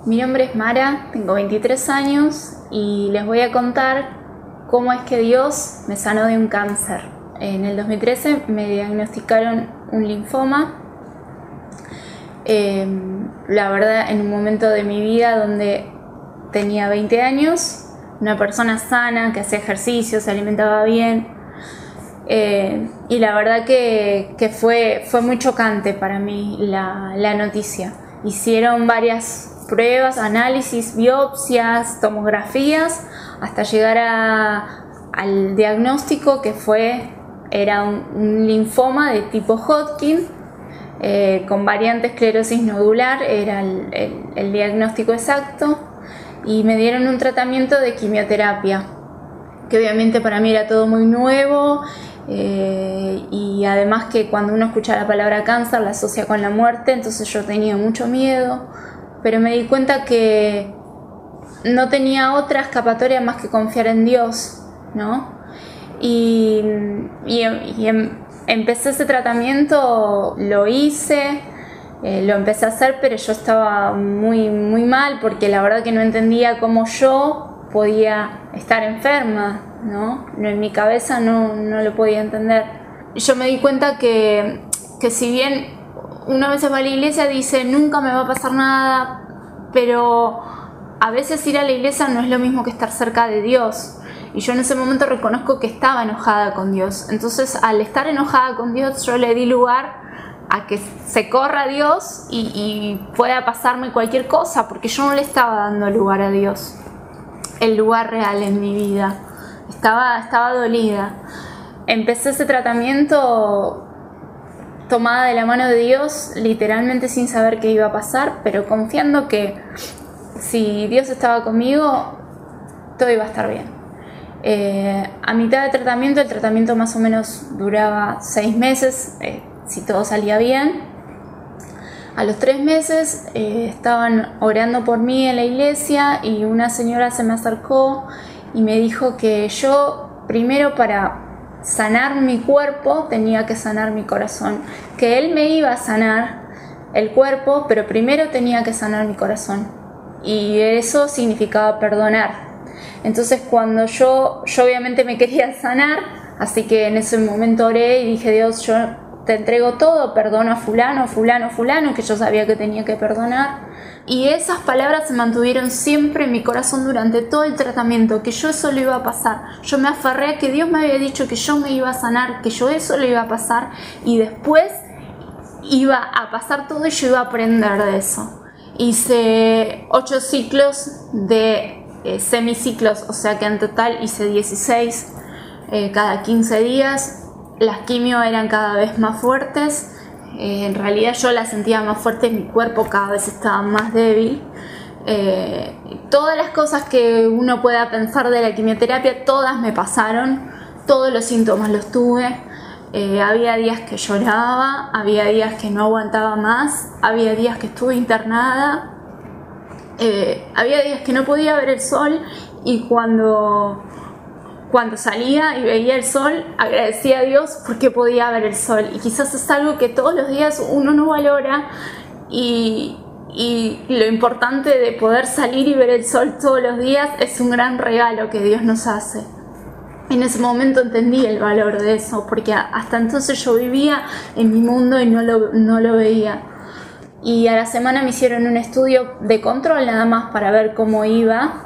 Mi nombre es Mara, tengo 23 años y les voy a contar cómo es que Dios me sanó de un cáncer. En el 2013 me diagnosticaron un linfoma. La verdad, en un momento de mi vida donde tenía 20 años, una persona sana, que hacía ejercicio, se alimentaba bien. Y la verdad que fue muy chocante para mí la noticia. Hicieron varias pruebas, análisis, biopsias, tomografías, hasta llegar al diagnóstico que era un linfoma de tipo Hodgkin, con variante esclerosis nodular, era el diagnóstico exacto, y me dieron un tratamiento de quimioterapia, que obviamente para mí era todo muy nuevo, y además que cuando uno escucha la palabra cáncer la asocia con la muerte, entonces yo tenía mucho miedo, pero me di cuenta que no tenía otra escapatoria más que confiar en Dios, ¿no? Y empecé ese tratamiento, lo hice, lo empecé a hacer, pero yo estaba muy mal, porque la verdad que no entendía cómo yo podía estar enferma, ¿no? En mi cabeza no lo podía entender. Yo me di cuenta que si bien una vez va a la iglesia dice nunca me va a pasar nada, pero a veces ir a la iglesia no es lo mismo que estar cerca de Dios. Y yo en ese momento reconozco que estaba enojada con Dios. Entonces, al estar enojada con Dios, yo le di lugar a que se corra Dios y pueda pasarme cualquier cosa, porque yo no le estaba dando lugar a Dios, el lugar real en mi vida. Estaba dolida. Empecé ese tratamiento tomada de la mano de Dios, literalmente sin saber qué iba a pasar, pero confiando que si Dios estaba conmigo, todo iba a estar bien. A mitad de tratamiento, el tratamiento más o menos duraba 6 meses, si todo salía bien. A los 3 meses estaban orando por mí en la iglesia y una señora se me acercó y me dijo que yo, primero, para sanar mi cuerpo tenía que sanar mi corazón, que Él me iba a sanar el cuerpo, pero primero tenía que sanar mi corazón, y eso significaba perdonar. Entonces, cuando yo obviamente me quería sanar, así que en ese momento oré y dije: Dios, yo te entrego todo, perdono a fulano, que yo sabía que tenía que perdonar. Y esas palabras se mantuvieron siempre en mi corazón durante todo el tratamiento, que yo eso lo iba a pasar. Yo me aferré a que Dios me había dicho que yo me iba a sanar, que yo eso lo iba a pasar, y después iba a pasar todo y yo iba a aprender de eso. Hice 8 ciclos de semiciclos, o sea que en total hice 16 cada 15 días. Las quimio eran cada vez más fuertes. En realidad yo las sentía más fuertes, mi cuerpo cada vez estaba más débil. Todas las cosas que uno pueda pensar de la quimioterapia, todas me pasaron, todos los síntomas los tuve. Había días que lloraba, había días que no aguantaba más, había días que estuve internada, había días que no podía ver el sol, y cuando salía y veía el sol, agradecía a Dios porque podía ver el sol. Y quizás es algo que todos los días uno no valora, y lo importante de poder salir y ver el sol todos los días es un gran regalo que Dios nos hace. En ese momento entendí el valor de eso, porque hasta entonces yo vivía en mi mundo y no lo veía. Y a la semana me hicieron un estudio de control nada más para ver cómo iba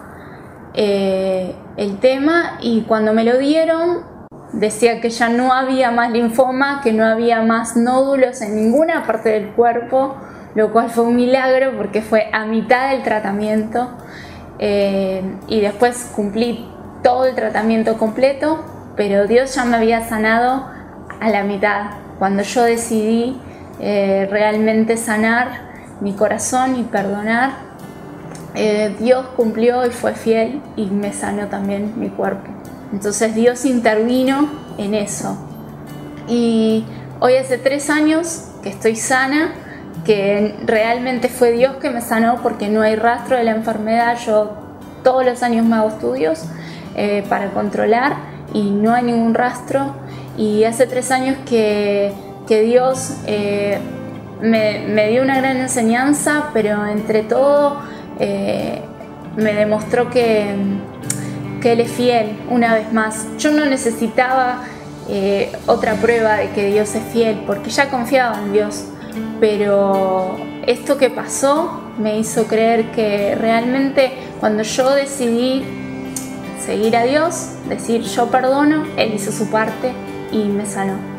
el tema, y cuando me lo dieron decía que ya no había más linfoma, que no había más nódulos en ninguna parte del cuerpo, lo cual fue un milagro porque fue a mitad del tratamiento, y después cumplí todo el tratamiento completo, pero Dios ya me había sanado a la mitad, cuando yo decidí realmente sanar mi corazón y perdonar. Dios cumplió y fue fiel y me sanó también mi cuerpo. Entonces Dios intervino en eso, y hoy hace 3 años que estoy sana, que realmente fue Dios que me sanó, porque no hay rastro de la enfermedad. Yo todos los años me hago estudios para controlar y no hay ningún rastro, y hace 3 años que Dios me dio una gran enseñanza, pero entre todo me demostró que Él es fiel una vez más. Yo no necesitaba otra prueba de que Dios es fiel, porque ya confiaba en Dios, pero esto que pasó me hizo creer que realmente cuando yo decidí seguir a Dios, decir yo perdono, Él hizo su parte y me sanó.